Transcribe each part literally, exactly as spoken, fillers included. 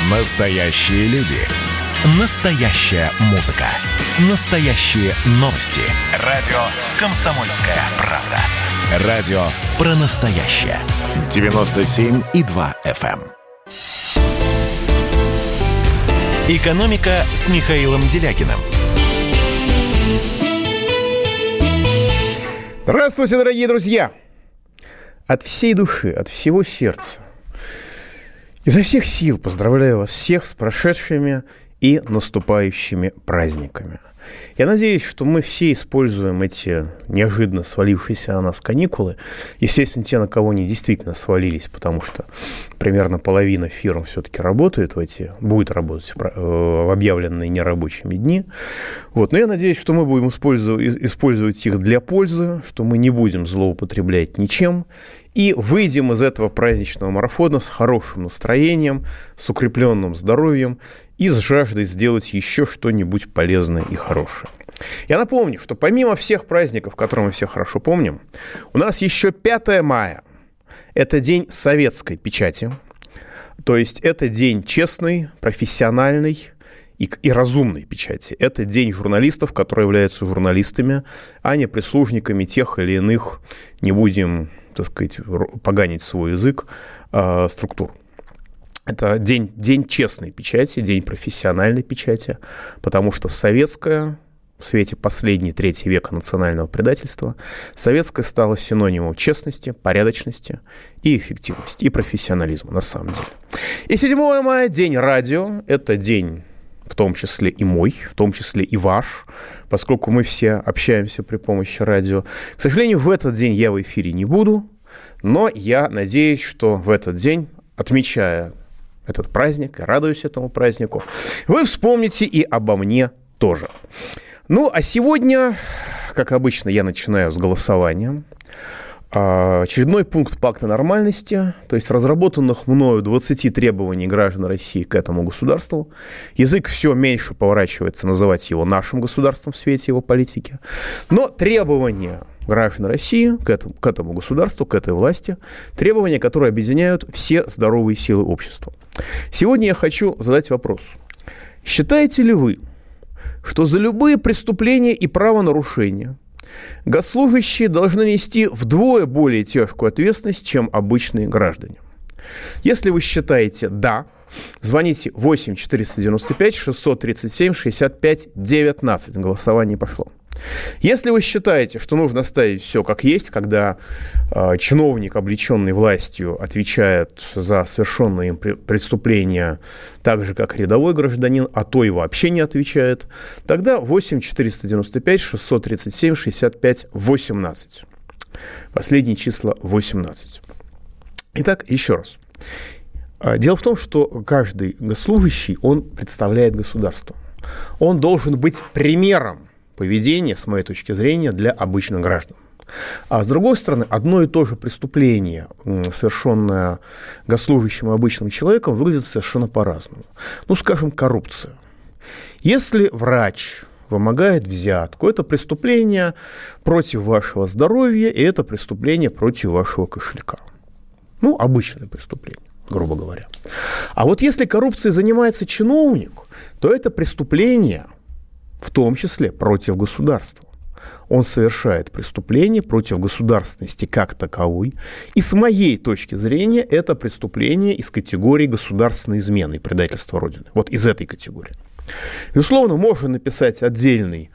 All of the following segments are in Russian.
Настоящие люди. Настоящая музыка. Настоящие новости. Радио «Комсомольская правда». Радио про настоящее. девяносто семь и два эф эм. «Экономика» с Михаилом Делякиным. Здравствуйте, дорогие друзья! От всей души, от всего сердца, изо всех сил поздравляю вас всех с прошедшими и наступающими праздниками. Я надеюсь, что мы все используем эти неожиданно свалившиеся на нас каникулы. Естественно, те, на кого они действительно свалились, потому что примерно половина фирм все-таки работает в эти, будет работать в объявленные нерабочими дни. Вот. Но я надеюсь, что мы будем использовать, использовать их для пользы, что мы не будем злоупотреблять ничем. И выйдем из этого праздничного марафона с хорошим настроением, с укрепленным здоровьем и с жаждой сделать еще что-нибудь полезное и хорошее. Я напомню, что помимо всех праздников, которые мы все хорошо помним, у нас еще пятое мая. Это день советской печати. То есть это день честной, профессиональной и, и разумной печати. Это день журналистов, которые являются журналистами, а не прислужниками тех или иных, не будем, так сказать, поганить свой язык, э, структур. Это день, день честной печати, день профессиональной печати, потому что советская, в свете последней трети века национального предательства, советская стала синонимом честности, порядочности и эффективности, и профессионализма на самом деле. И седьмое мая, день радио, это день в том числе и мой, в том числе и ваш, поскольку мы все общаемся при помощи радио. К сожалению, в этот день я в эфире не буду, но я надеюсь, что в этот день, отмечая этот праздник и радуюсь этому празднику, вы вспомните и обо мне тоже. Ну, а сегодня, как обычно, я начинаю с голосования. Очередной пункт пакта нормальности, то есть разработанных мною двадцати требований граждан России к этому государству. Язык все меньше поворачивается называть его нашим государством в свете его политики. Но требования граждан России к этому, к этому государству, к этой власти, требования, которые объединяют все здоровые силы общества. Сегодня я хочу задать вопрос. Считаете ли вы, что за любые преступления и правонарушения госслужащие должны нести вдвое более тяжкую ответственность, чем обычные граждане? Если вы считаете «да», звоните восемь четыреста девяносто пять шестьсот тридцать семь шестьдесят пять девятнадцать. Голосование пошло. Если вы считаете, что нужно оставить все как есть, когда э, чиновник, облеченный властью, отвечает за совершенные им преступления так же, как рядовой гражданин, а то и вообще не отвечает, тогда восемь четыреста девяносто пять шестьсот тридцать семь шестьдесят пять восемнадцать. Последние числа восемнадцать. Итак, еще раз. Дело в том, что каждый госслужащий, он представляет государство. Он должен быть примером поведения, с моей точки зрения, для обычных граждан. А с другой стороны, одно и то же преступление, совершенное госслужащим и обычным человеком, выглядит совершенно по-разному. Ну, скажем, коррупция. Если врач вымогает взятку, это преступление против вашего здоровья, и это преступление против вашего кошелька. Ну, обычное преступление, грубо говоря. А вот если коррупцией занимается чиновник, то это преступление в том числе против государства. Он совершает преступление против государственности как таковой. И с моей точки зрения это преступление из категории государственной измены и предательства Родины. Вот из этой категории. Безусловно, можно написать отдельный,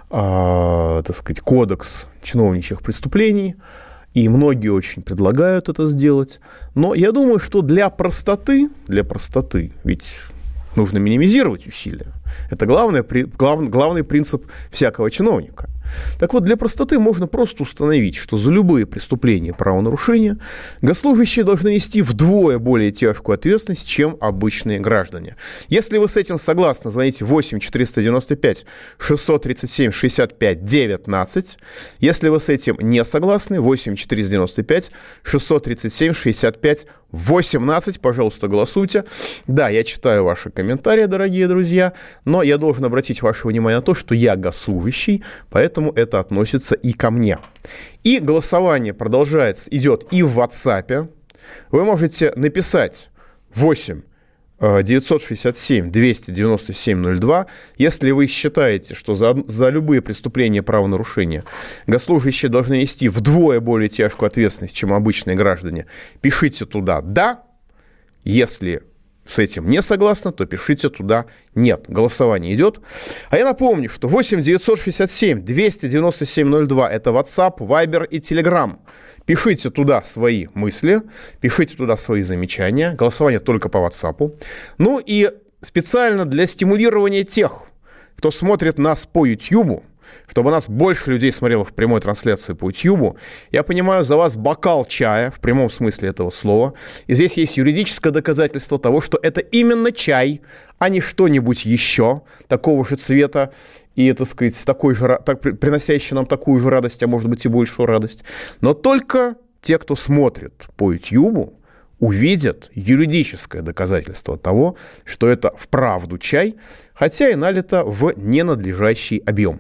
э, так сказать, кодекс чиновничьих преступлений. И многие очень предлагают это сделать. Но я думаю, что для простоты, для простоты, ведь нужно минимизировать усилия. Это главный, глав, главный принцип всякого чиновника. Так вот, для простоты можно просто установить, что за любые преступления и правонарушения госслужащие должны нести вдвое более тяжкую ответственность, чем обычные граждане. Если вы с этим согласны, звоните восемь четыреста девяносто пять шестьсот тридцать семь шестьдесят пять девятнадцать. Если вы с этим не согласны, восемь четыреста девяносто пять шестьсот тридцать семь шестьдесят пять восемнадцать. Пожалуйста, голосуйте. Да, я читаю ваши комментарии, дорогие друзья, но я должен обратить ваше внимание на то, что я госслужащий, поэтому это относится и ко мне. И голосование продолжается, идет и в WhatsApp. Вы можете написать восемь девятьсот шестьдесят семь двести девяносто семь ноль два. Если вы считаете, что за, за любые преступления и правонарушения госслужащие должны нести вдвое более тяжкую ответственность, чем обычные граждане, пишите туда «да». Если с этим не согласны, то пишите туда «нет». Голосование идет. А я напомню, что восемь девятьсот шестьдесят семь двести девяносто семь ноль два – это WhatsApp, Viber и Telegram. Пишите туда свои мысли, пишите туда свои замечания. Голосование только по WhatsApp. Ну и специально для стимулирования тех, кто смотрит нас по YouTube, чтобы нас больше людей смотрело в прямой трансляции по YouTube, я понимаю, за вас бокал чая, в прямом смысле этого слова. И здесь есть юридическое доказательство того, что это именно чай, а не что-нибудь еще такого же цвета и, так сказать, такой же, так, приносящий нам такую же радость, а может быть и большую радость. Но только те, кто смотрит по YouTube, увидят юридическое доказательство того, что это вправду чай, хотя и налито в ненадлежащий объем.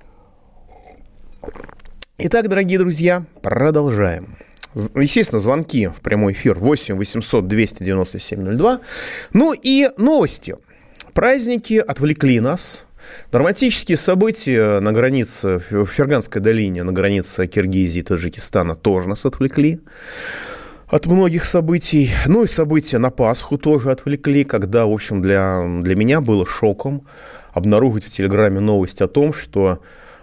Итак, дорогие друзья, продолжаем. Естественно, звонки в прямой эфир восемь восемьсот двести девяносто семь ноль два. Ну и новости. Праздники отвлекли нас. Драматические события на границе, в Ферганской долине, на границе Киргизии и Таджикистана тоже нас отвлекли от многих событий. Ну и события на Пасху тоже отвлекли, когда, в общем, для, для меня было шоком обнаружить в Телеграме новость о том, что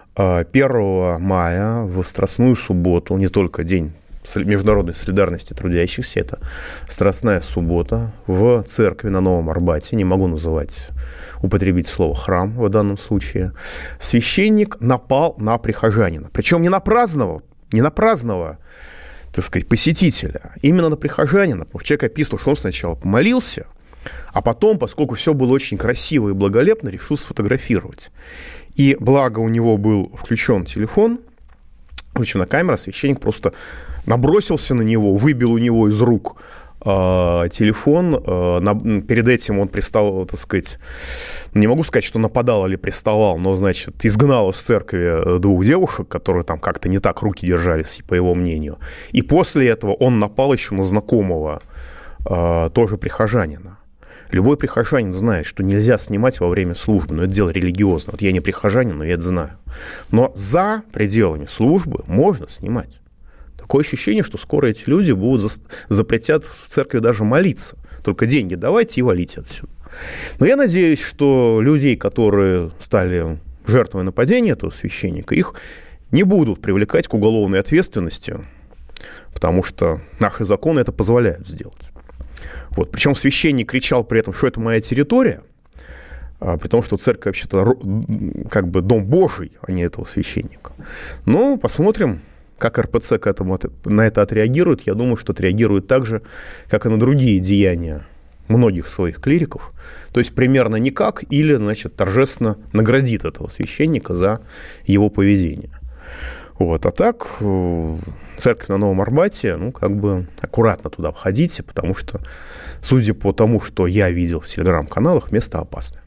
первого мая в Страстную субботу, не только день международной солидарности трудящихся, это Страстная суббота, в церкви на Новом Арбате, не могу называть, употребить слово «храм» в данном случае, священник напал на прихожанина. Причем не на праздного, не на праздного, так сказать, посетителя, именно на прихожанина. Потому что человек описывал, что он сначала помолился, а потом, поскольку все было очень красиво и благолепно, решил сфотографировать. И благо у него был включен телефон, включена камера, священник просто набросился на него, выбил у него из рук э, телефон. Э, на, перед этим он приставал, так сказать, не могу сказать, что нападал или приставал, но, значит, изгнал из церкви двух девушек, которые там как-то не так руки держались, по его мнению. И после этого он напал еще на знакомого, э, тоже прихожанина. Любой прихожанин знает, что нельзя снимать во время службы, но это дело религиозное. Вот я не прихожанин, но я это знаю. Но за пределами службы можно снимать. Такое ощущение, что скоро эти люди будут за... запретят в церкви даже молиться. Только деньги давайте и валите отсюда. Но я надеюсь, что людей, которые стали жертвой нападения этого священника, их не будут привлекать к уголовной ответственности, потому что наши законы это позволяют сделать. Вот. Причем священник кричал при этом, что это моя территория, а, при том, что церковь вообще-то как бы дом Божий, а не этого священника. Но посмотрим, как эр пэ цэ к этому, на это отреагирует. Я думаю, что отреагирует так же, как и на другие деяния многих своих клириков. То есть примерно никак, или, значит, торжественно наградит этого священника за его поведение. Вот. А так, церковь на Новом Арбате, ну, как бы аккуратно туда входите, потому что, судя по тому, что я видел в телеграм-каналах, место опасное.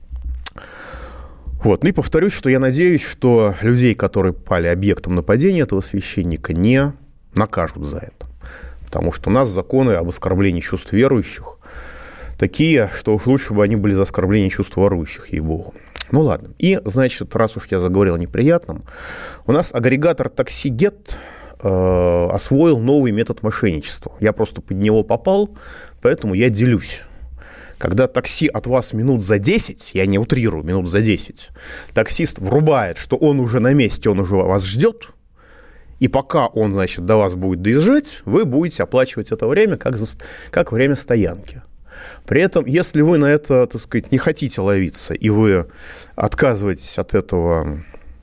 Вот. Ну и повторюсь, что я надеюсь, что людей, которые пали объектом нападения этого священника, не накажут за это. Потому что у нас законы об оскорблении чувств верующих такие, что уж лучше бы они были за оскорбление чувств ворующих, ей-богу. Ну ладно. И, значит, раз уж я заговорил о неприятном, у нас агрегатор TaxiGet э, освоил новый метод мошенничества. Я просто под него попал, поэтому я делюсь. Когда такси от вас минут за десять, я не утрирую, минут за десять, таксист врубает, что он уже на месте, он уже вас ждет, и пока он, значит, до вас будет доезжать, вы будете оплачивать это время как, за, как время стоянки. При этом, если вы на это, так сказать, не хотите ловиться, и вы отказываетесь от этого,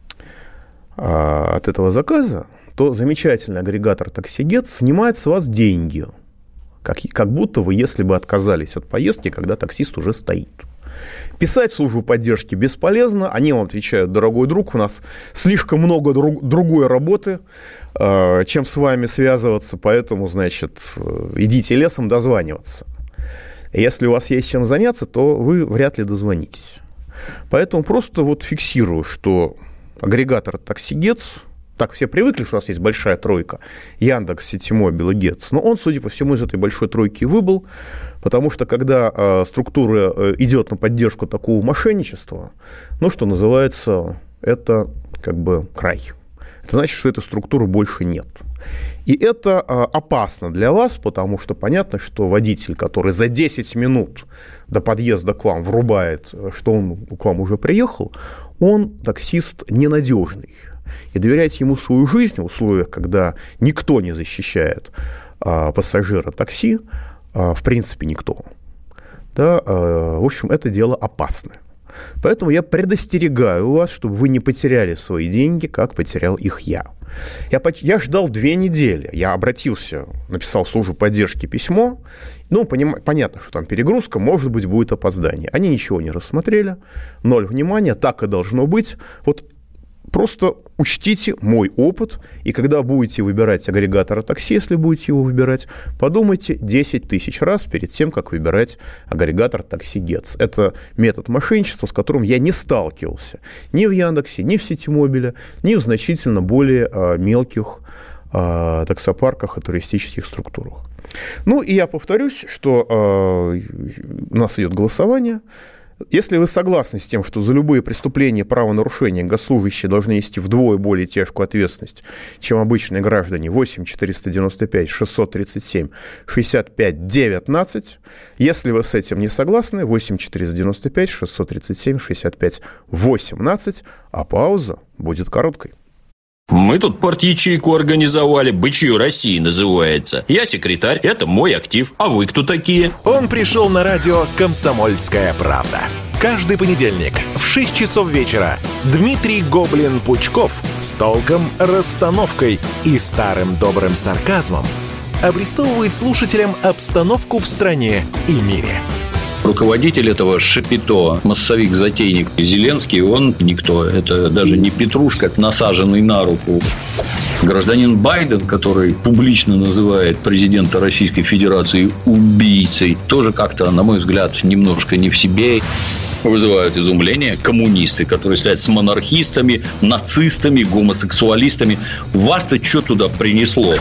от этого заказа, то замечательный агрегатор TaxiGet снимает с вас деньги. Как, как будто вы, если бы отказались от поездки, когда таксист уже стоит. Писать в службу поддержки бесполезно. Они вам отвечают: дорогой друг, у нас слишком много друг, другой работы, э, чем с вами связываться, поэтому, значит, идите лесом дозваниваться. Если у вас есть чем заняться, то вы вряд ли дозвонитесь. Поэтому просто вот фиксирую, что агрегатор TaxiGet Так все привыкли, что у нас есть большая тройка: Яндекс, Ситимобил и Гетц. Но он, судя по всему, из этой большой тройки выбыл, потому что когда э, структура э, идет на поддержку такого мошенничества, ну, что называется, это как бы край. Это значит, что этой структуры больше нет. И это э, опасно для вас, потому что понятно, что водитель, который за десять минут до подъезда к вам врубает, что он к вам уже приехал, он таксист ненадежный. И доверять ему свою жизнь в условиях, когда никто не защищает а, пассажира такси, а, в принципе, никто. Да, а, в общем, это дело опасное. Поэтому я предостерегаю вас, чтобы вы не потеряли свои деньги, как потерял их я. Я, я ждал две недели. Я обратился, написал в службу поддержки письмо. Ну, поним, понятно, что там перегрузка, может быть, будет опоздание. Они ничего не рассмотрели, ноль внимания, так и должно быть. Вот просто учтите мой опыт, и когда будете выбирать агрегатора такси, если будете его выбирать, подумайте десять тысяч раз перед тем, как выбирать агрегатор такси Гетц. Это метод мошенничества, с которым я не сталкивался ни в Яндексе, ни в Ситимобиле, ни в значительно более а, мелких а, таксопарках и туристических структурах. Ну, и я повторюсь, что а, у нас идет голосование. Если вы согласны с тем, что за любые преступления и правонарушения госслужащие должны нести вдвое более тяжкую ответственность, чем обычные граждане, восемь четыреста девяносто пять шестьсот тридцать семь шестьдесят пять девятнадцать. Если вы с этим не согласны, восемь четыреста девяносто пять шестьсот тридцать семь шестьдесят пять восемнадцать, а пауза будет короткой. Мы тут порт-ячейку организовали, «Бычье России» называется. Я секретарь, это мой актив. А вы кто такие? Он пришел на радио «Комсомольская правда». Каждый понедельник в шесть часов вечера Дмитрий Гоблин-Пучков с толком, расстановкой и старым добрым сарказмом обрисовывает слушателям обстановку в стране и мире. Руководитель этого шапито, массовик-затейник Зеленский, он никто. Это даже не петрушка, насаженный на руку. Гражданин Байден, который публично называет президента Российской Федерации убийцей, тоже как-то, на мой взгляд, немножко не в себе. Вызывают изумление коммунисты, которые стоят с монархистами, нацистами, гомосексуалистами. Вас-то что туда принесло?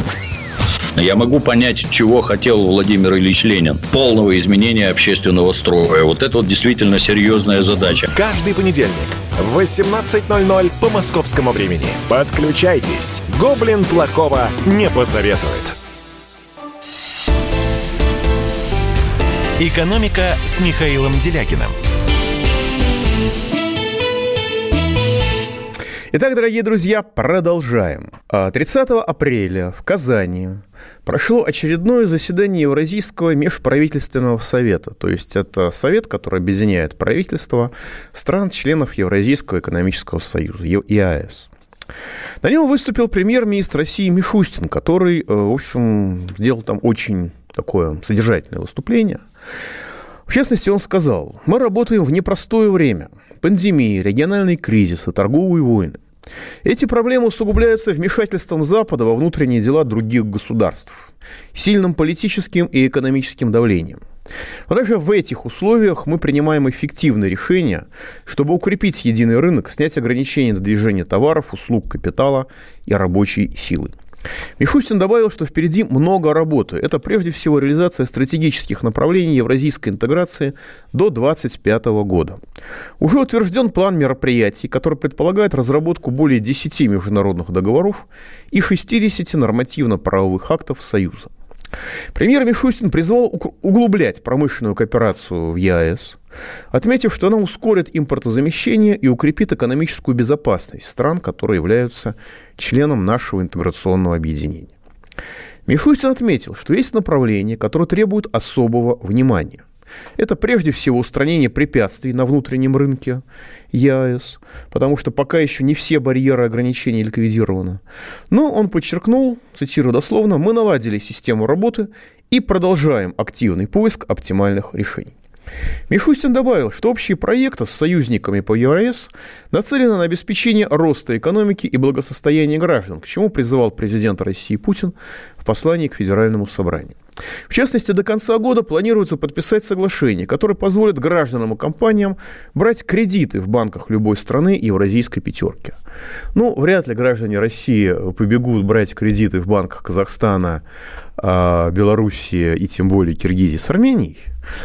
Я могу понять, чего хотел Владимир Ильич Ленин. Полного изменения общественного строя. Вот это вот действительно серьезная задача. Каждый понедельник в восемнадцать ноль ноль по московскому времени. Подключайтесь. Гоблин плохого не посоветует. «Экономика» с Михаилом Делякиным. Итак, дорогие друзья, продолжаем. тридцатого апреля в Казани прошло очередное заседание Евразийского межправительственного совета. То есть это совет, который объединяет правительства стран-членов Евразийского экономического союза, ЕАЭС. На нем выступил премьер-министр России Мишустин, который, в общем, сделал там очень такое содержательное выступление. В частности, он сказал: мы работаем в непростое время. Пандемии, региональные кризисы, торговые войны. Эти проблемы усугубляются вмешательством Запада во внутренние дела других государств, сильным политическим и экономическим давлением. Но даже в этих условиях мы принимаем эффективные решения, чтобы укрепить единый рынок, снять ограничения на движение товаров, услуг, капитала и рабочей силы. Мишустин добавил, что впереди много работы. Это прежде всего реализация стратегических направлений евразийской интеграции до две тысячи двадцать пятого года. Уже утвержден план мероприятий, который предполагает разработку более десяти международных договоров и шестидесяти нормативно-правовых актов Союза. Премьер Мишустин призвал углублять промышленную кооперацию в ЕАЭС, отметив, что она ускорит импортозамещение и укрепит экономическую безопасность стран, которые являются членом нашего интеграционного объединения. Мишустин отметил, что есть направления, которые требуют особого внимания. Это прежде всего устранение препятствий на внутреннем рынке ЕАЭС, потому что пока еще не все барьеры и ограничения ликвидированы. Но он подчеркнул, цитирую дословно: мы наладили систему работы и продолжаем активный поиск оптимальных решений. Мишустин добавил, что общие проекты с союзниками по ЕАЭС нацелены на обеспечение роста экономики и благосостояния граждан, к чему призывал президент России Путин в послании к Федеральному собранию. В частности, до конца года планируется подписать соглашение, которое позволит гражданам и компаниям брать кредиты в банках любой страны Евразийской пятерки. Ну, вряд ли граждане России побегут брать кредиты в банках Казахстана, Белоруссии и тем более Киргизии с Арменией.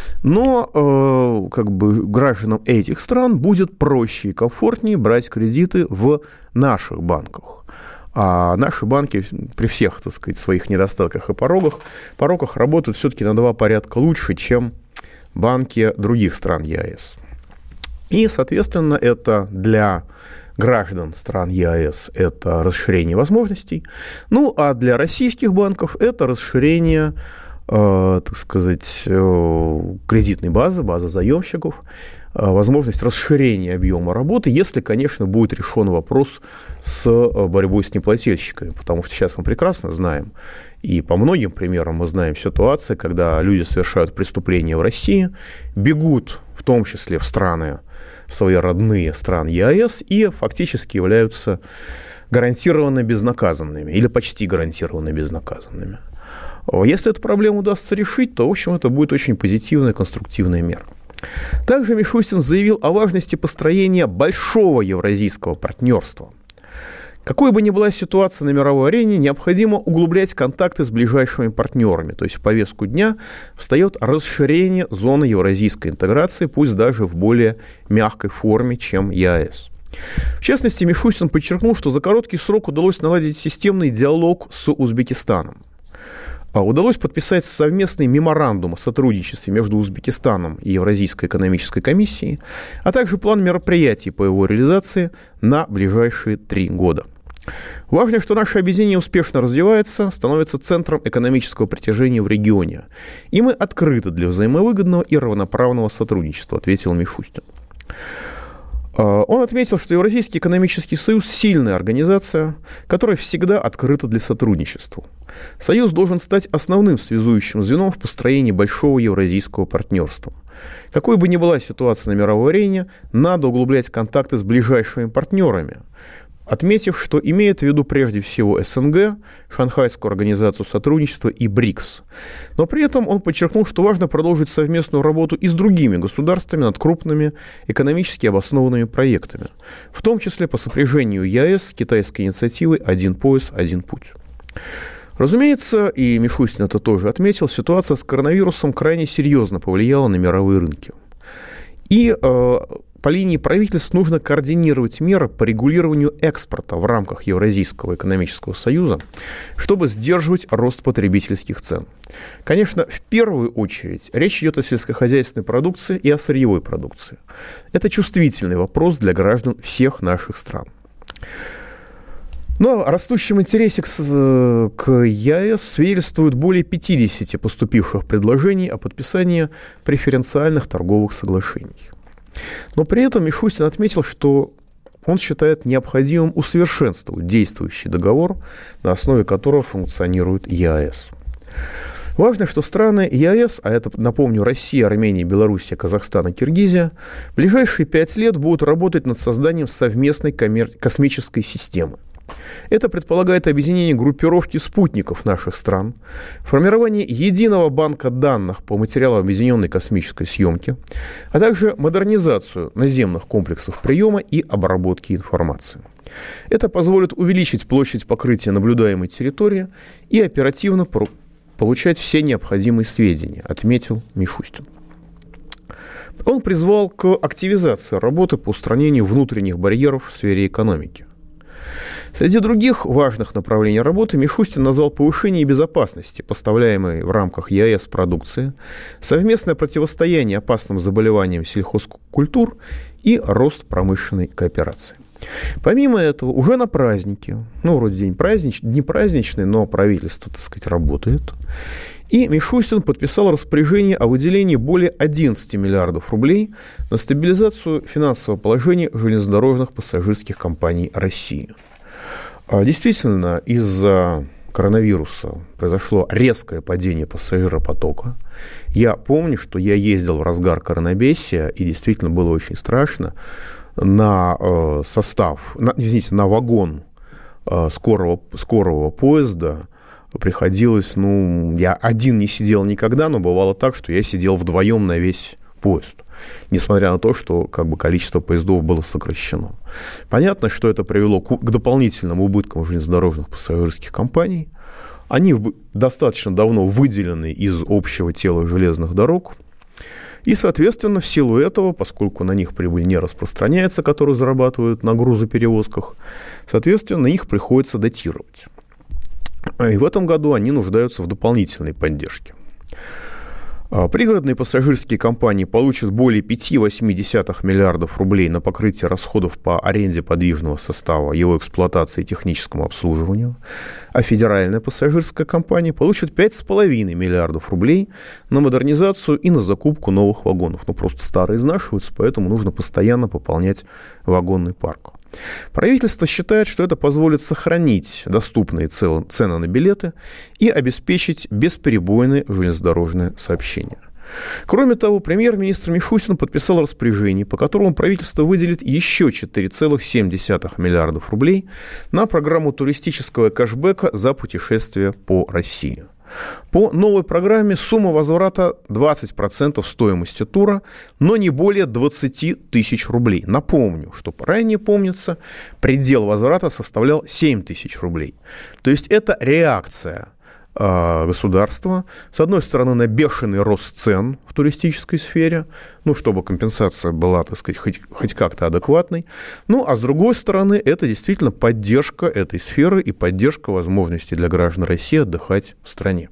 Но как бы гражданам этих стран будет проще и комфортнее брать кредиты в наших банках. А наши банки при всех, так сказать, своих недостатках и порогах, пороках работают все-таки на два порядка лучше, чем банки других стран ЕАЭС. И, соответственно, это для граждан стран ЕАЭС это расширение возможностей. Ну, а для российских банков это расширение, э, так сказать, э, кредитной базы, базы заемщиков, возможность расширения объема работы, если, конечно, будет решен вопрос с борьбой с неплательщиками. Потому что сейчас мы прекрасно знаем, и по многим примерам мы знаем ситуации, когда люди совершают преступления в России, бегут, в том числе в страны, в свои родные страны ЕАЭС, и фактически являются гарантированно безнаказанными или почти гарантированно безнаказанными. Если эту проблему удастся решить, то, в общем, это будет очень позитивная, конструктивная мера. Также Мишустин заявил о важности построения большого евразийского партнерства. Какой бы ни была ситуация на мировой арене, необходимо углублять контакты с ближайшими партнерами. То есть в повестку дня встает расширение зоны евразийской интеграции, пусть даже в более мягкой форме, чем ЕАЭС. В частности, Мишустин подчеркнул, что за короткий срок удалось наладить системный диалог с Узбекистаном. Удалось подписать совместный меморандум о сотрудничестве между Узбекистаном и Евразийской экономической комиссией, а также план мероприятий по его реализации на ближайшие три года. Важно, что наше объединение успешно развивается, становится центром экономического притяжения в регионе, и мы открыты для взаимовыгодного и равноправного сотрудничества, ответил Мишустин. Он отметил, что Евразийский экономический союз – сильная организация, которая всегда открыта для сотрудничества. Союз должен стать основным связующим звеном в построении большого евразийского партнерства. Какой бы ни была ситуация на мировой арене, надо углублять контакты с ближайшими партнерами, отметив, что имеет в виду прежде всего СНГ, Шанхайскую организацию сотрудничества и БРИКС. Но при этом он подчеркнул, что важно продолжить совместную работу и с другими государствами над крупными экономически обоснованными проектами, в том числе по сопряжению ЕАЭС с китайской инициативой «Один пояс, один путь». Разумеется, и Мишустин это тоже отметил, ситуация с коронавирусом крайне серьезно повлияла на мировые рынки. И э, по линии правительств нужно координировать меры по регулированию экспорта в рамках Евразийского экономического союза, чтобы сдерживать рост потребительских цен. Конечно, в первую очередь речь идет о сельскохозяйственной продукции и о сырьевой продукции. Это чувствительный вопрос для граждан всех наших стран. Но о растущем интересе к, к ЕАЭС свидетельствует более пятидесяти поступивших предложений о подписании преференциальных торговых соглашений. Но при этом Мишустин отметил, что он считает необходимым усовершенствовать действующий договор, на основе которого функционирует ЕАЭС. Важно, что страны ЕАЭС, а это, напомню, Россия, Армения, Белоруссия, Казахстан и Киргизия, в ближайшие пять лет будут работать над созданием совместной коммер... космической системы. Это предполагает объединение группировки спутников наших стран, формирование единого банка данных по материалам объединенной космической съемки, а также модернизацию наземных комплексов приема и обработки информации. Это позволит увеличить площадь покрытия наблюдаемой территории и оперативно получать все необходимые сведения, отметил Мишустин. Он призвал к активизации работы по устранению внутренних барьеров в сфере экономики. Среди других важных направлений работы Мишустин назвал повышение безопасности поставляемой в рамках ЕАЭС продукции, совместное противостояние опасным заболеваниям сельхозкультур и рост промышленной кооперации. Помимо этого, уже на празднике, ну, вроде день празднич, не праздничный, но правительство, так сказать, работает, и Мишустин подписал распоряжение о выделении более одиннадцати миллиардов рублей на стабилизацию финансового положения железнодорожных пассажирских компаний России. Действительно, из-за коронавируса произошло резкое падение пассажиропотока. Я помню, что я ездил в разгар коронабесия, и действительно было очень страшно. На э, состав, на, извините, на вагон э, скорого, скорого поезда приходилось, ну, я один не сидел никогда, но бывало так, что я сидел вдвоем на весь поезд, несмотря на то, что как бы количество поездов было сокращено. Понятно, что это привело к, к дополнительным убыткам железнодорожных пассажирских компаний. Они достаточно давно выделены из общего тела железных дорог. И, соответственно, в силу этого, поскольку на них прибыль не распространяется, которую зарабатывают на грузоперевозках, соответственно, их приходится датировать. И в этом году они нуждаются в дополнительной поддержке. Пригородные пассажирские компании получат более пять целых восемь десятых миллиардов рублей на покрытие расходов по аренде подвижного состава, его эксплуатации и техническому обслуживанию, а федеральная пассажирская компания получит пять целых пять десятых миллиардов рублей на модернизацию и на закупку новых вагонов. Ну, просто старые изнашиваются, поэтому нужно постоянно пополнять вагонный парк. Правительство считает, что это позволит сохранить доступные цены на билеты и обеспечить бесперебойное железнодорожное сообщение. Кроме того, премьер-министр Мишустин подписал распоряжение, по которому правительство выделит еще четыре целых семь десятых миллиардов рублей на программу туристического кэшбэка за путешествия по России. По новой программе сумма возврата двадцать процентов стоимости тура, но не более двадцать тысяч рублей. Напомню, что ранее, помнится, предел возврата составлял семь тысяч рублей. То есть это реакция э, государства, с одной стороны, на бешеный рост цен в туристической сфере, ну, чтобы компенсация была, так сказать, хоть, хоть как-то адекватной, ну, а с другой стороны, это действительно поддержка этой сферы и поддержка возможности для граждан России отдыхать в стране.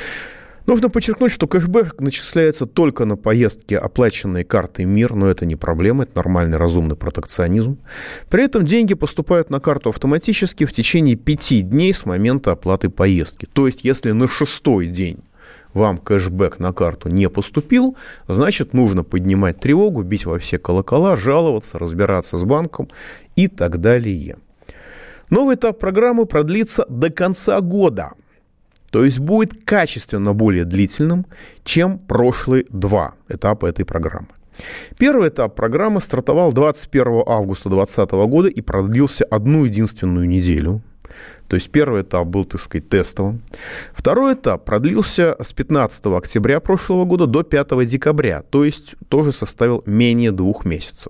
Нужно подчеркнуть, что кэшбэк начисляется только на поездки, оплаченные картой МИР, но это не проблема, это нормальный, разумный протекционизм. При этом деньги поступают на карту автоматически в течение пяти дней с момента оплаты поездки. То есть, если на шестой день вам кэшбэк на карту не поступил, значит, нужно поднимать тревогу, бить во все колокола, жаловаться, разбираться с банком и так далее. Новый этап программы продлится до конца года. То есть будет качественно более длительным, чем прошлые два этапа этой программы. Первый этап программы стартовал двадцать первого августа две тысячи двадцатого года и продлился одну единственную неделю. То есть первый этап был, так сказать, тестовым. Второй этап продлился с пятнадцатого октября прошлого года до пятого декабря, то есть тоже составил менее двух месяцев.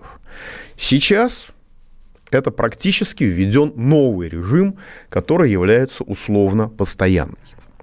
Сейчас это практически введен новый режим, который является условно постоянный.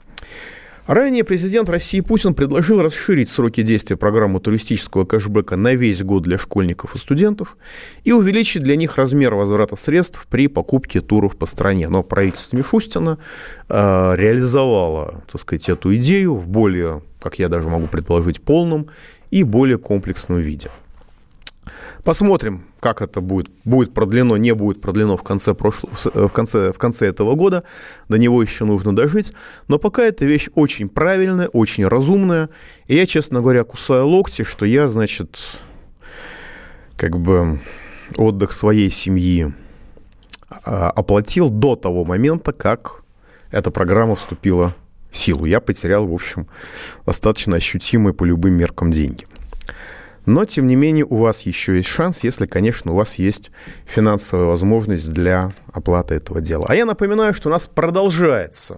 Ранее президент России Путин предложил расширить сроки действия программы туристического кэшбэка на весь год для школьников и студентов и увеличить для них размер возврата средств при покупке туров по стране. Но правительство Мишустина э, реализовало, так сказать, эту идею в более, как я даже могу предположить, полном и более комплексном виде. Посмотрим, как это будет, будет продлено, не будет продлено в конце, прошлого, в, конце, в конце этого года. До него еще нужно дожить. Но пока эта вещь очень правильная, очень разумная. И я, честно говоря, кусаю локти, что я, значит, как бы отдых своей семьи оплатил до того момента, как эта программа вступила в силу. Я потерял, в общем, достаточно ощутимые по любым меркам деньги. Но, тем не менее, у вас еще есть шанс, если, конечно, у вас есть финансовая возможность для оплаты этого дела. А я напоминаю, что у нас продолжается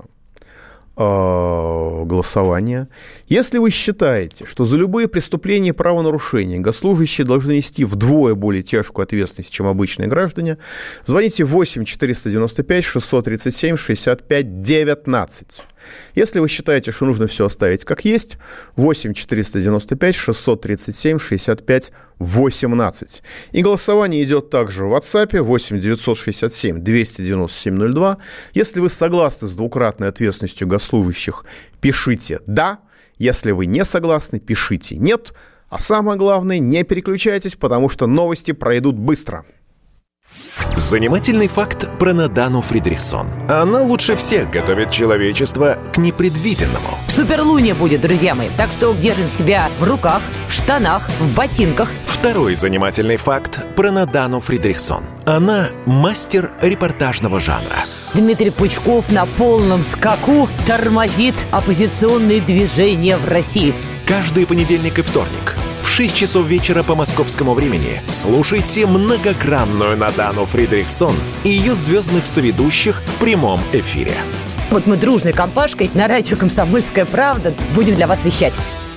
э, голосование. Если вы считаете, что за любые преступления и правонарушения госслужащие должны нести вдвое более тяжкую ответственность, чем обычные граждане, звоните восемь четыреста девяносто пять шестьсот тридцать семь шестьдесят пять девятнадцать. Если вы считаете, что нужно все оставить как есть, восемь четыреста девяносто пять шестьсот тридцать семь шестьдесят пять восемнадцать. И голосование идет также в WhatsApp восемь девятьсот шестьдесят семь двести девяносто семь ноль два. Если вы согласны с двукратной ответственностью госслужащих, пишите «да». Если вы не согласны, пишите «нет». А самое главное, не переключайтесь, потому что новости пройдут быстро. Занимательный факт про Надану Фридрихсон. Она лучше всех готовит человечество к непредвиденному. Суперлуния будет, друзья мои. Так что держим себя в руках, в штанах, в ботинках. Второй занимательный факт про Надану Фридрихсон. Она мастер репортажного жанра. Дмитрий Пучков на полном скаку тормозит оппозиционные движения в России. Каждый понедельник и вторник в шесть часов вечера по московскому времени слушайте многогранную Надану Фридрихсон и ее звездных соведущих в прямом эфире. Вот мы дружной компашкой на радио «Комсомольская правда» будем для вас вещать.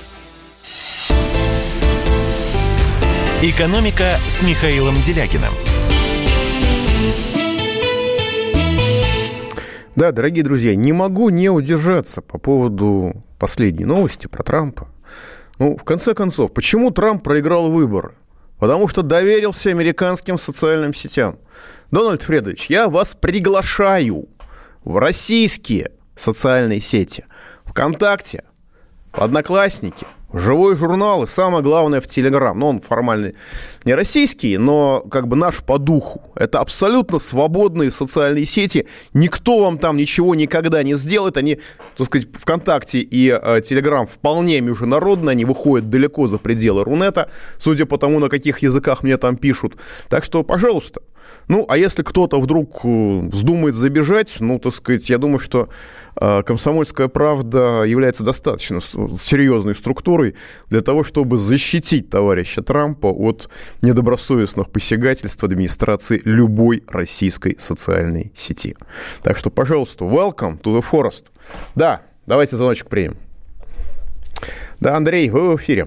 «Экономика» с Михаилом Делякиным. Да, дорогие друзья, не могу не удержаться по поводу последней новости про Трампа. Ну, в конце концов, почему Трамп проиграл выборы? Потому что доверился американским социальным сетям. Дональд Фредович, я вас приглашаю в российские социальные сети. ВКонтакте, в Одноклассники, в живой журнал и, самое главное, в Телеграм. Ну, он формально не российский, но как бы наш по духу. Это абсолютно свободные социальные сети. Никто вам там ничего никогда не сделает. Они, так сказать, ВКонтакте и э, Телеграм вполне международные. Они выходят далеко за пределы Рунета, судя по тому, на каких языках мне там пишут. Так что, пожалуйста. Ну, а если кто-то вдруг вздумает забежать, ну, так сказать, я думаю, что э, «Комсомольская правда» является достаточно серьезной структурой для того, чтобы защитить товарища Трампа от недобросовестных посягательств администрации любой российской социальной сети. Так что, пожалуйста, welcome to the forest. Да, давайте звоночек примем. Да, Андрей, вы в эфире.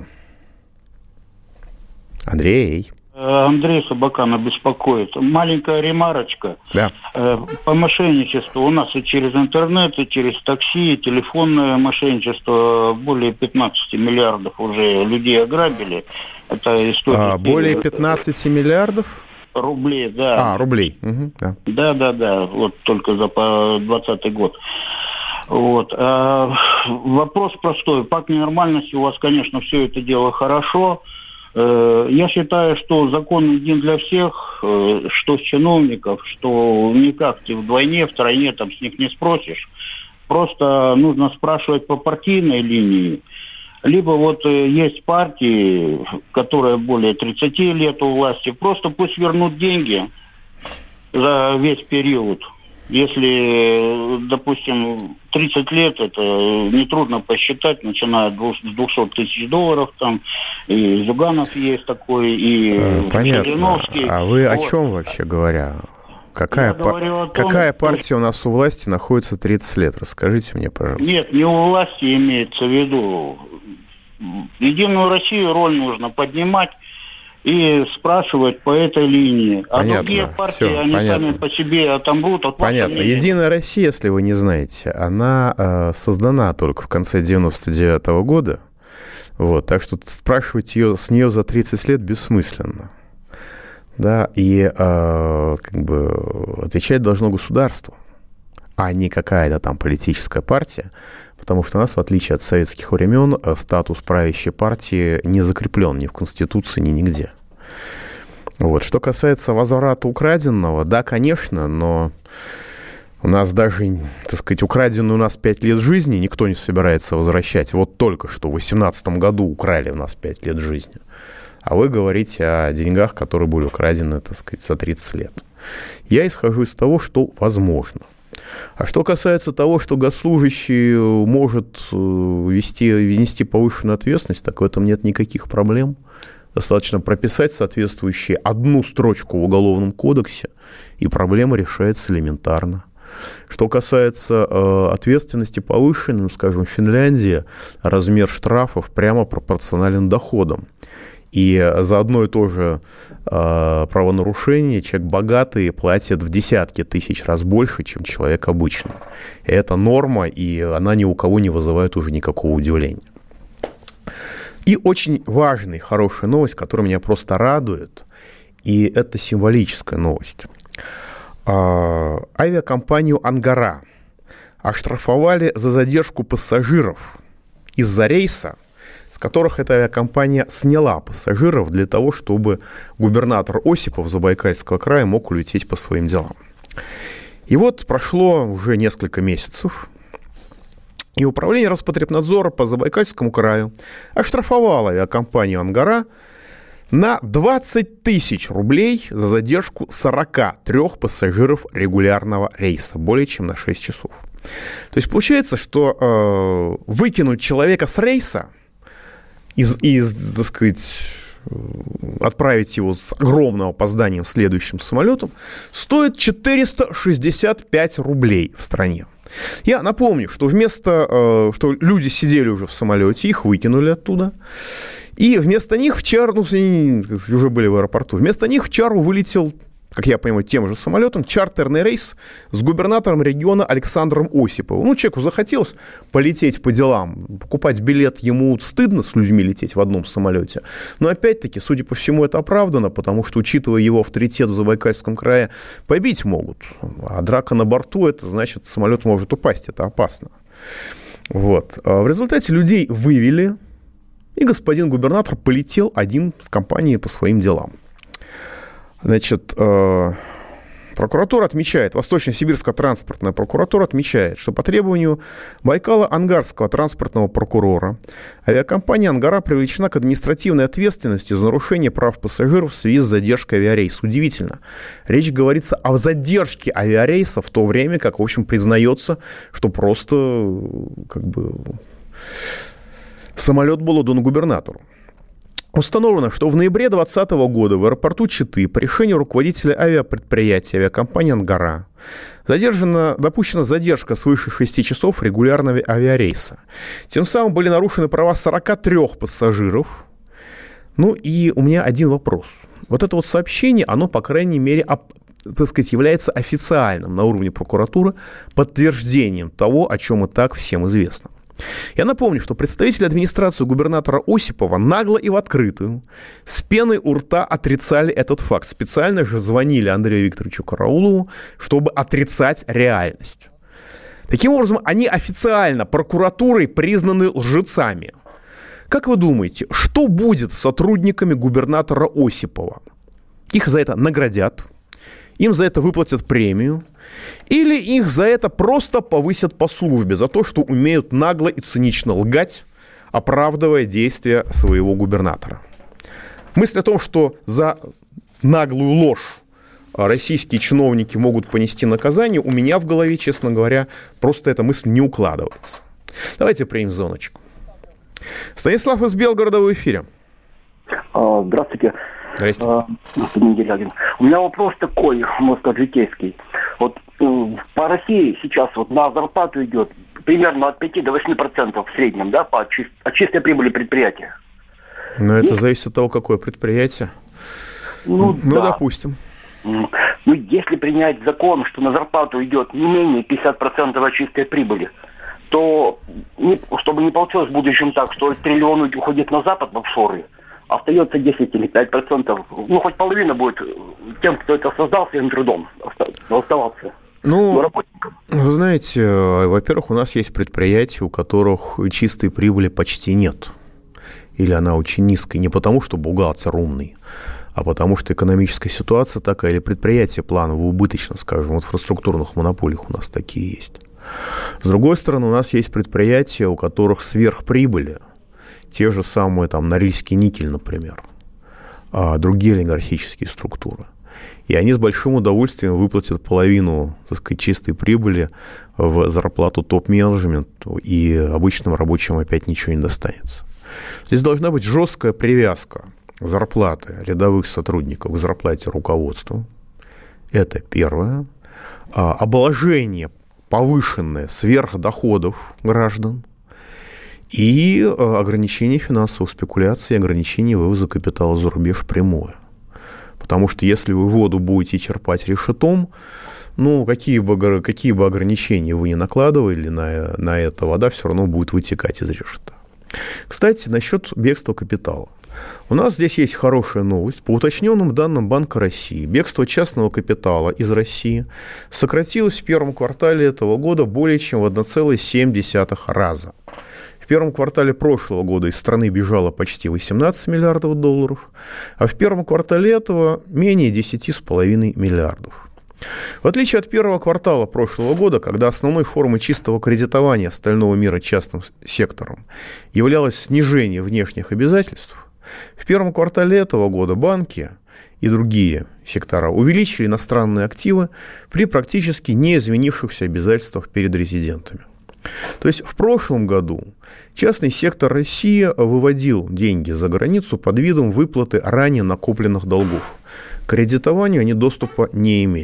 Андрей. Андрей Собакана беспокоит. Маленькая ремарочка. Да. По мошенничеству у нас и через интернет, и через такси, и телефонное мошенничество более пятнадцать миллиардов уже людей ограбили. Это история. А, более пятнадцать миллиардов? Рублей, да. А, рублей. Угу, да. Да, да, да. Вот только за двадцатый год. Вот. А, вопрос простой. Пакт ненормальности у вас, конечно, все это дело хорошо. Я считаю, что закон един для всех, что с чиновников, что никак ты вдвойне, втройне там с них не спросишь. Просто нужно спрашивать по партийной линии. Либо вот есть партии, которые более тридцать лет у власти, просто пусть вернут деньги за весь период. Если, допустим, тридцать лет, это нетрудно посчитать, начиная с двухсот тысяч долларов, там, и Зюганов есть такой, и понятно. Жириновский. А вы о вот. чем вообще говоря? Какая, па- том, какая партия у нас у власти находится тридцать лет? Расскажите мне, пожалуйста. Нет, не у власти имеется в виду. Единую Россию роль нужно поднимать и спрашивать по этой линии. А понятно. другие партии, Все, они понятно. сами по себе отомрут. От понятно. Единая Россия, если вы не знаете, она э, создана только в конце девяносто девятого года. Вот, так что спрашивать ее, с нее за тридцать лет бессмысленно. Да, и э, как бы отвечать должно государство, а не какая-то там политическая партия. Потому что у нас, в отличие от советских времен, статус правящей партии не закреплен ни в Конституции, ни нигде. Вот. Что касается возврата украденного, да, конечно, но у нас даже, так сказать, украденную у нас пять лет жизни никто не собирается возвращать. Вот только что в восемнадцатом году украли у нас пять лет жизни. А вы говорите о деньгах, которые были украдены, так сказать, за тридцать лет. Я исхожу из того, что возможно. А что касается того, что госслужащий может вести, внести повышенную ответственность, так в этом нет никаких проблем. Достаточно прописать соответствующую одну строчку в Уголовном кодексе, и проблема решается элементарно. Что касается э, ответственности повышенной, ну, скажем, в Финляндии размер штрафов прямо пропорционален доходам. И за одно и то же э, правонарушение человек богатый платит в десятки тысяч раз больше, чем человек обычный. И это норма, и она ни у кого не вызывает уже никакого удивления. И очень важная, хорошая новость, которая меня просто радует, и это символическая новость. Э, авиакомпанию «Ангара» оштрафовали за задержку пассажиров из-за рейса, с которых эта авиакомпания сняла пассажиров для того, чтобы губернатор Осипов Забайкальского края мог улететь по своим делам. И вот прошло уже несколько месяцев, и Управление Роспотребнадзора по Забайкальскому краю оштрафовало авиакомпанию «Ангара» на двадцать тысяч рублей за задержку сорок три пассажиров регулярного рейса, более чем на шесть часов. То есть получается, что э, выкинуть человека с рейса и, и, так сказать, отправить его с огромным опозданием следующим самолетом стоит четыреста шестьдесят пять рублей в стране. Я напомню, что вместо, что люди сидели уже в самолете, их выкинули оттуда, и вместо них в Чар, ну, они уже были в аэропорту, вместо них в Чару вылетел, как я понимаю, тем же самолетом, чартерный рейс с губернатором региона Александром Осиповым. Ну, человеку захотелось полететь по делам, покупать билет ему стыдно с людьми лететь в одном самолете. Но, опять-таки, судя по всему, это оправдано, потому что, учитывая его авторитет в Забайкальском крае, побить могут. А драка на борту, это значит, самолет может упасть, это опасно. Вот. А в результате людей вывели, и господин губернатор полетел один с компанией по своим делам. Значит, э, прокуратура отмечает, Восточно-Сибирская транспортная прокуратура отмечает, что по требованию Байкало-Ангарского транспортного прокурора авиакомпания «Ангара» привлечена к административной ответственности за нарушение прав пассажиров в связи с задержкой авиарейса. Удивительно. Речь говорится о задержке авиарейса в то время, как, в общем, признается, что просто как бы самолет был отдан губернатору. Установлено, что в ноябре двадцатого года в аэропорту Читы по решению руководителя авиапредприятия авиакомпании «Ангара» задержана, допущена задержка свыше шести часов регулярного авиарейса. Тем самым были нарушены права сорока трёх пассажиров. Ну и у меня один вопрос. Вот это вот сообщение, оно, по крайней мере, так сказать, является официальным на уровне прокуратуры подтверждением того, о чем и так всем известно. Я напомню, что представители администрации губернатора Осипова нагло и в открытую, с пеной у рта отрицали этот факт. Специально же звонили Андрею Викторовичу Караулову, чтобы отрицать реальность. Таким образом, они официально прокуратурой признаны лжецами. Как вы думаете, что будет с сотрудниками губернатора Осипова? Их за это наградят? Им за это выплатят премию, или их за это просто повысят по службе, за то, что умеют нагло и цинично лгать, оправдывая действия своего губернатора. Мысль о том, что за наглую ложь российские чиновники могут понести наказание, у меня в голове, честно говоря, просто эта мысль не укладывается. Давайте примем звоночку. Станислав из Белгорода в эфире. Здравствуйте. Здрасте. Господин Делягин. У меня вопрос такой, можно сказать, житейский. Вот по России сейчас вот на зарплату идет примерно от пяти до восьми процентов в среднем, да, по чист, от чистой прибыли предприятия. Но это зависит от того, какое предприятие. Ну, ну да. допустим. Ну, если принять закон, что на зарплату идет не менее пятьдесят процентов от чистой прибыли, то, не, чтобы не получилось в будущем так, что триллион уходит на Запад в офшоры, остается десять или пять процентов. Ну, хоть половина будет тем, кто это создал своим трудом, оставаться. Ну, вы знаете, во-первых, у нас есть предприятия, у которых чистой прибыли почти нет. Или она очень низкая. Не потому, что бухгалтер умный, а потому что экономическая ситуация такая, или предприятие планово убыточно, скажем. Вот в инфраструктурных монополиях у нас такие есть. С другой стороны, у нас есть предприятия, у которых сверхприбыли. Те же самые, там, Норильский никель, например, а другие олигархические структуры. И они с большим удовольствием выплатят половину, так сказать, чистой прибыли в зарплату топ-менеджменту, и обычным рабочим опять ничего не достанется. Здесь должна быть жесткая привязка зарплаты рядовых сотрудников к зарплате руководства. Это первое. А, обложение повышенное сверхдоходов граждан. И ограничение финансовых спекуляций, ограничение вывоза капитала за рубеж прямое. Потому что если вы воду будете черпать решетом, ну, какие бы, какие бы ограничения вы ни накладывали на, на это, вода все равно будет вытекать из решета. Кстати, насчет бегства капитала. У нас здесь есть хорошая новость. По уточненным данным Банка России, бегство частного капитала из России сократилось в первом квартале этого года более чем в один целых семь десятых раза. В первом квартале прошлого года из страны бежало почти восемнадцать миллиардов долларов, а в первом квартале этого менее десять целых пять десятых миллиардов. В отличие от первого квартала прошлого года, когда основной формой чистого кредитования остального мира частным сектором являлось снижение внешних обязательств, в первом квартале этого года банки и другие сектора увеличили иностранные активы при практически не изменившихся обязательствах перед резидентами. То есть в прошлом году частный сектор России выводил деньги за границу под видом выплаты ранее накопленных долгов. К кредитованию они доступа не имели.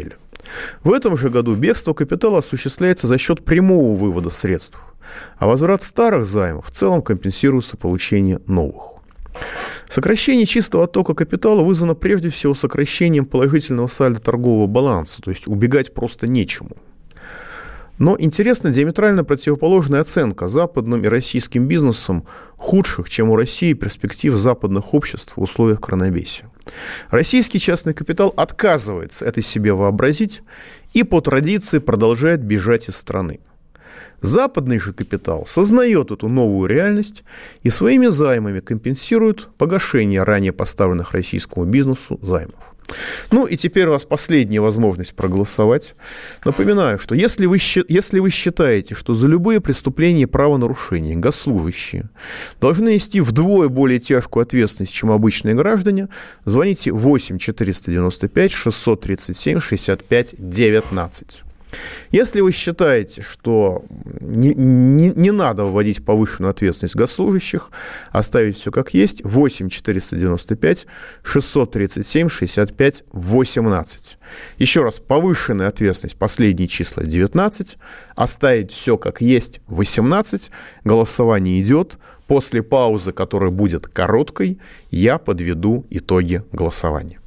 В этом же году бегство капитала осуществляется за счет прямого вывода средств, а возврат старых займов в целом компенсируется получением новых. Сокращение чистого оттока капитала вызвано прежде всего сокращением положительного сальдо торгового баланса, то есть убегать просто нечему. Но интересна диаметрально противоположная оценка западным и российским бизнесом худших, чем у России, перспектив западных обществ в условиях коронавируса. Российский частный капитал отказывается это себе вообразить и по традиции продолжает бежать из страны. Западный же капитал сознает эту новую реальность и своими займами компенсирует погашение ранее поставленных российскому бизнесу займов. Ну и теперь у вас последняя возможность проголосовать. Напоминаю, что если вы, если вы считаете, что за любые преступления и правонарушения госслужащие должны нести вдвое более тяжкую ответственность, чем обычные граждане, звоните восемь четыреста девяносто пять шестьсот тридцать семь шестьдесят пять девятнадцать. Если вы считаете, что не, не, не надо вводить повышенную ответственность госслужащих, оставить все как есть, восемь четыреста девяносто пять шестьсот тридцать семь шестьдесят пять восемнадцать. Еще раз, повышенная ответственность, последние числа девятнадцать, оставить все как есть восемнадцать, голосование идет. После паузы, которая будет короткой, я подведу итоги голосования.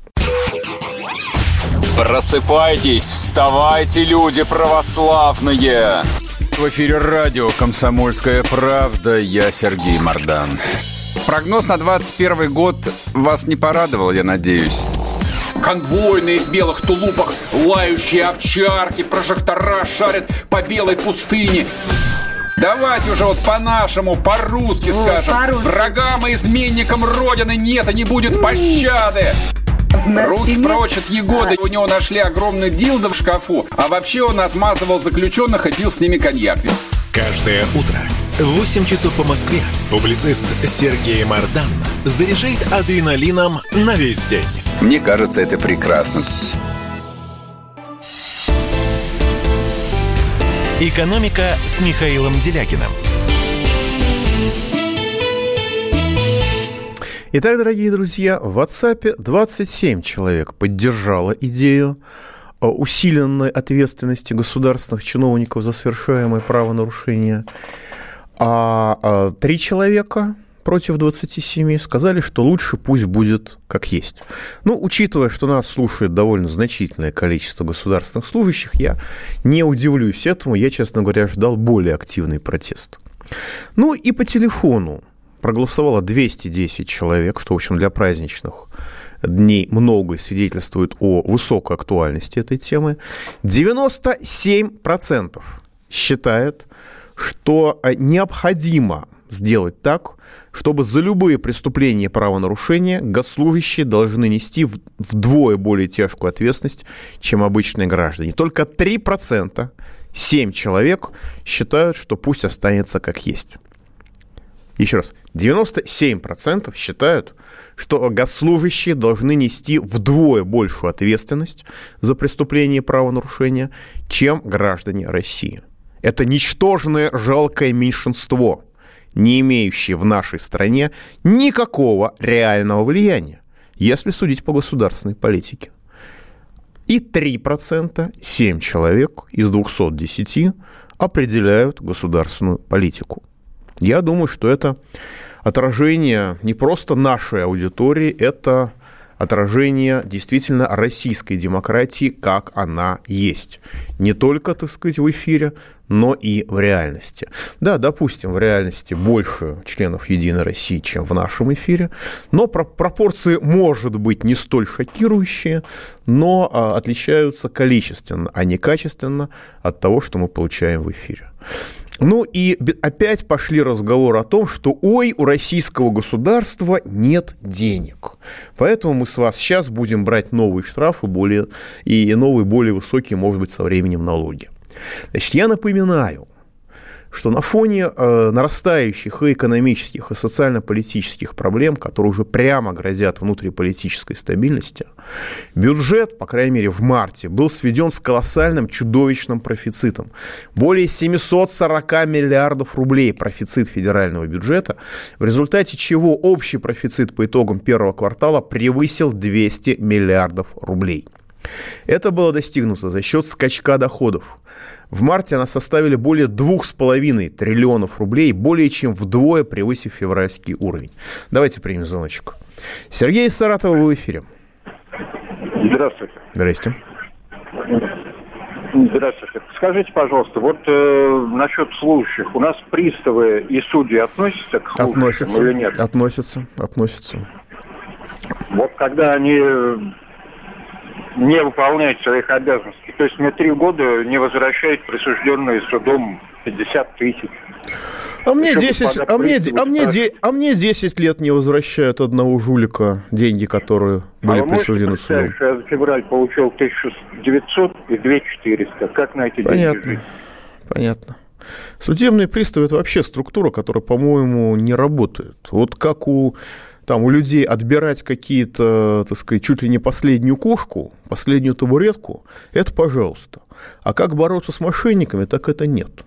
Просыпайтесь, вставайте, люди православные! В эфире радио «Комсомольская правда», я Сергей Мордан. Прогноз на двадцать первый год вас не порадовал, я надеюсь. Конвойные в белых тулупах, лающие овчарки, прожектора шарят по белой пустыне. Давайте уже вот по-нашему, по-русски О, скажем. По-русски. Врагам и изменникам Родины нет и не будет пощады. Руки прочь от Егоды. У него нашли огромный дилдо в шкафу. А вообще он отмазывал заключенных и пил с ними коньяк. Каждое утро в восемь часов по Москве публицист Сергей Мордан заряжает адреналином на весь день. Мне кажется, это прекрасно. «Экономика» с Михаилом Делякиным. Итак, дорогие друзья, в WhatsApp двадцать семь человек поддержало идею усиленной ответственности государственных чиновников за совершаемые правонарушения, а три человека против двадцати семи сказали, что лучше пусть будет как есть. Ну, учитывая, что нас слушает довольно значительное количество государственных служащих, я не удивлюсь этому, я, честно говоря, ждал более активный протест. Ну и по телефону проголосовало двести десять человек, что, в общем, для праздничных дней много и свидетельствует о высокой актуальности этой темы. девяносто семь процентов считает, что необходимо сделать так, чтобы за любые преступления и правонарушения госслужащие должны нести вдвое более тяжкую ответственность, чем обычные граждане. Только три процента, семь человек, считают, что пусть останется как есть. Еще раз, девяносто семь процентов считают, что госслужащие должны нести вдвое большую ответственность за преступления и правонарушения, чем граждане России. Это ничтожное жалкое меньшинство, не имеющее в нашей стране никакого реального влияния, если судить по государственной политике. И три процента, семь человек из двухсот десяти, определяют государственную политику. Я думаю, что это отражение не просто нашей аудитории, это отражение действительно российской демократии, как она есть. Не только, так сказать, в эфире, но и в реальности. Да, допустим, в реальности больше членов «Единой России», чем в нашем эфире, но пропорции, может быть, не столь шокирующие, но а, отличаются количественно, а не качественно от того, что мы получаем в эфире. Ну и опять пошли разговоры о том, что ой, у российского государства нет денег. Поэтому мы с вас сейчас будем брать новые штрафы более, и новые, более высокие, может быть, со временем налоги. Значит, я напоминаю, что на фоне э, нарастающих и экономических, и социально-политических проблем, которые уже прямо грозят внутриполитической стабильности, бюджет, по крайней мере, в марте был сведен с колоссальным чудовищным профицитом. Более семьсот сорок миллиардов рублей профицит федерального бюджета, в результате чего общий профицит по итогам первого квартала превысил двести миллиардов рублей. Это было достигнуто за счет скачка доходов. В марте она составили более двух с половиной триллионов рублей, более чем вдвое превысив февральский уровень. Давайте примем звоночек. Сергей из Саратова, вы в эфире. Здравствуйте. Здрасте. Здравствуйте. Скажите, пожалуйста, вот э, насчет служащих. У нас приставы и судьи относятся к служащим относятся, или нет? Относятся, относятся. Вот когда они не выполняют своих обязанностей, то есть мне три года не возвращают присужденные судом пятьдесят тысяч. А мне, десять, а, мне, а, мне, а мне десять лет не возвращают одного жулика деньги, которые были а присуждены судом. Я за февраль получил тысячу девятьсот и две тысячи четыреста. Как на эти Понятно. деньги жить? Понятно. Судебные приставы – это вообще структура, которая, по-моему, не работает. Вот как у, там, у людей отбирать какие-то, так сказать, чуть ли не последнюю кошку, последнюю табуретку – это пожалуйста. А как бороться с мошенниками, так это нет.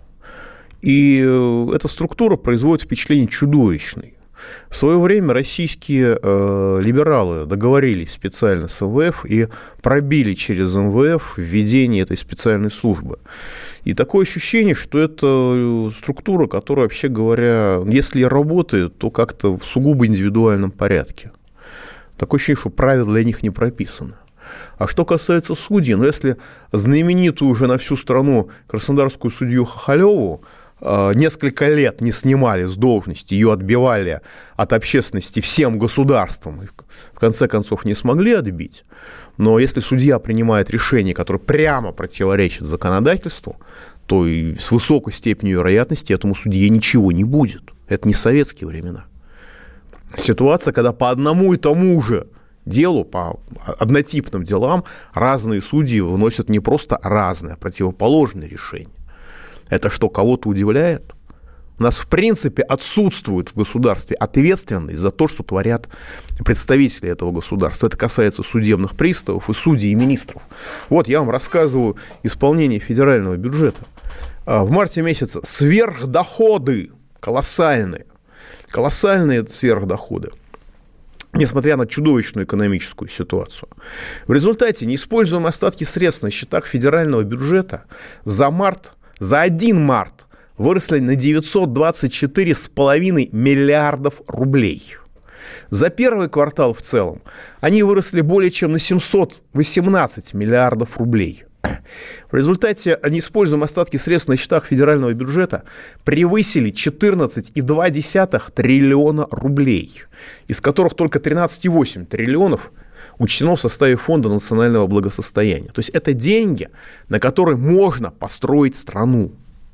И эта структура производит впечатление чудовищной. В свое время российские э, либералы договорились специально с эм вэ эф и пробили через эм вэ эф введение этой специальной службы. И такое ощущение, что это структура, которая, вообще говоря, если и работает, то как-то в сугубо индивидуальном порядке. Такое ощущение, что правила для них не прописаны. А что касается судей, ну, если знаменитую уже на всю страну краснодарскую судью Хохолеву несколько лет не снимали с должности, ее отбивали от общественности всем государством, и в конце концов не смогли отбить, но если судья принимает решение, которое прямо противоречит законодательству, то и с высокой степенью вероятности этому судье ничего не будет. Это не советские времена. Ситуация, когда по одному и тому же делу, по однотипным делам разные судьи выносят не просто разные, а противоположные решения. Это что, кого-то удивляет? У нас, в принципе, отсутствует в государстве ответственность за то, что творят представители этого государства. Это касается судебных приставов и судей, и министров. Вот я вам рассказываю исполнение федерального бюджета. В марте месяце сверхдоходы колоссальные. Колоссальные сверхдоходы. Несмотря на чудовищную экономическую ситуацию. В результате неиспользуемые остатки средств на счетах федерального бюджета за март, за один март выросли на девятьсот двадцать четыре с половиной миллиардов рублей. За первый квартал в целом они выросли более чем на семьсот восемнадцать миллиардов рублей. В результате неиспользуемые остатки средств на счетах федерального бюджета превысили четырнадцать целых два десятых триллиона рублей, из которых только тринадцать целых восемь десятых триллионов учтено в составе Фонда национального благосостояния. То есть это деньги, на которые можно построить страну.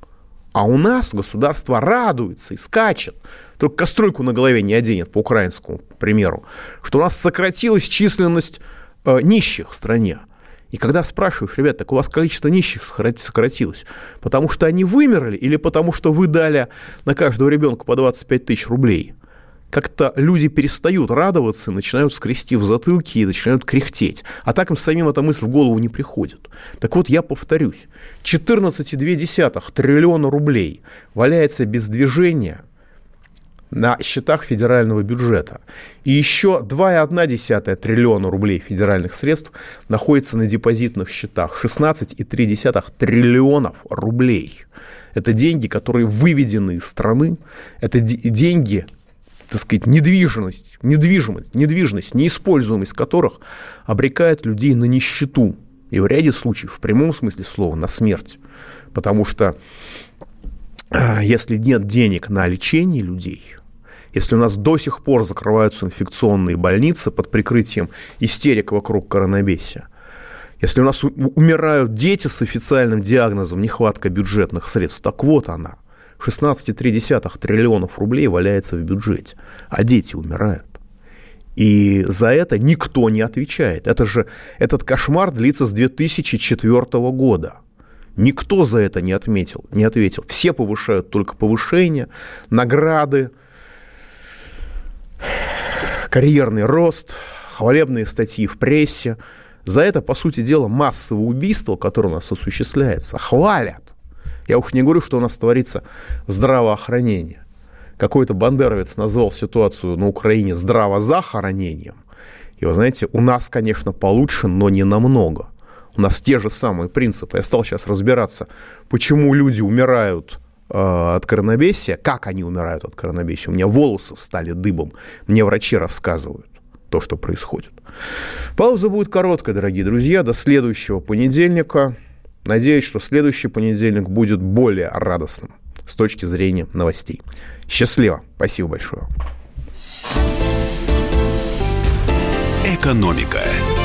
А у нас государство радуется и скачет, только кастрюльку на голове не оденет, по украинскому примеру, что у нас сократилась численность э, нищих в стране. И когда спрашиваешь, ребят, так у вас количество нищих сократилось, потому что они вымерли или потому что вы дали на каждого ребенка по двадцать пять тысяч рублей? Как-то люди перестают радоваться, начинают скрести в затылке и начинают кряхтеть. А так им самим эта мысль в голову не приходит. Так вот, я повторюсь, четырнадцать целых два десятых триллиона рублей валяется без движения на счетах федерального бюджета. И еще два целых одна десятая триллиона рублей федеральных средств находится на депозитных счетах. шестнадцать целых три десятых триллионов рублей. Это деньги, которые выведены из страны. Это деньги, так сказать, недвижимость, недвижимость, недвижимость, неиспользуемость которых обрекает людей на нищету. И в ряде случаев, в прямом смысле слова, на смерть. Потому что если нет денег на лечение людей, если у нас до сих пор закрываются инфекционные больницы под прикрытием истерик вокруг коронавируса, если у нас умирают дети с официальным диагнозом нехватка бюджетных средств, так вот она, шестнадцать целых три десятых триллионов рублей валяется в бюджете, а дети умирают. И за это никто не отвечает. Это же, этот кошмар длится с две тысячи четвёртого года. Никто за это не отметил, не ответил. Все повышают только повышения, награды, карьерный рост, хвалебные статьи в прессе. За это, по сути дела, массовое убийство, которое у нас осуществляется, хвалят. Я уж не говорю, что у нас творится в здравоохранении. Какой-то бандеровец назвал ситуацию на Украине здравозахоронением. И вы знаете, у нас, конечно, получше, но не намного. У нас те же самые принципы. Я стал сейчас разбираться, почему люди умирают э, от коронабесия, как они умирают от коронабесия. У меня волосы встали дыбом. Мне врачи рассказывают то, что происходит. Пауза будет короткая, дорогие друзья, до следующего понедельника. Надеюсь, что следующий понедельник будет более радостным с точки зрения новостей. Счастливо. Спасибо большое. Экономика.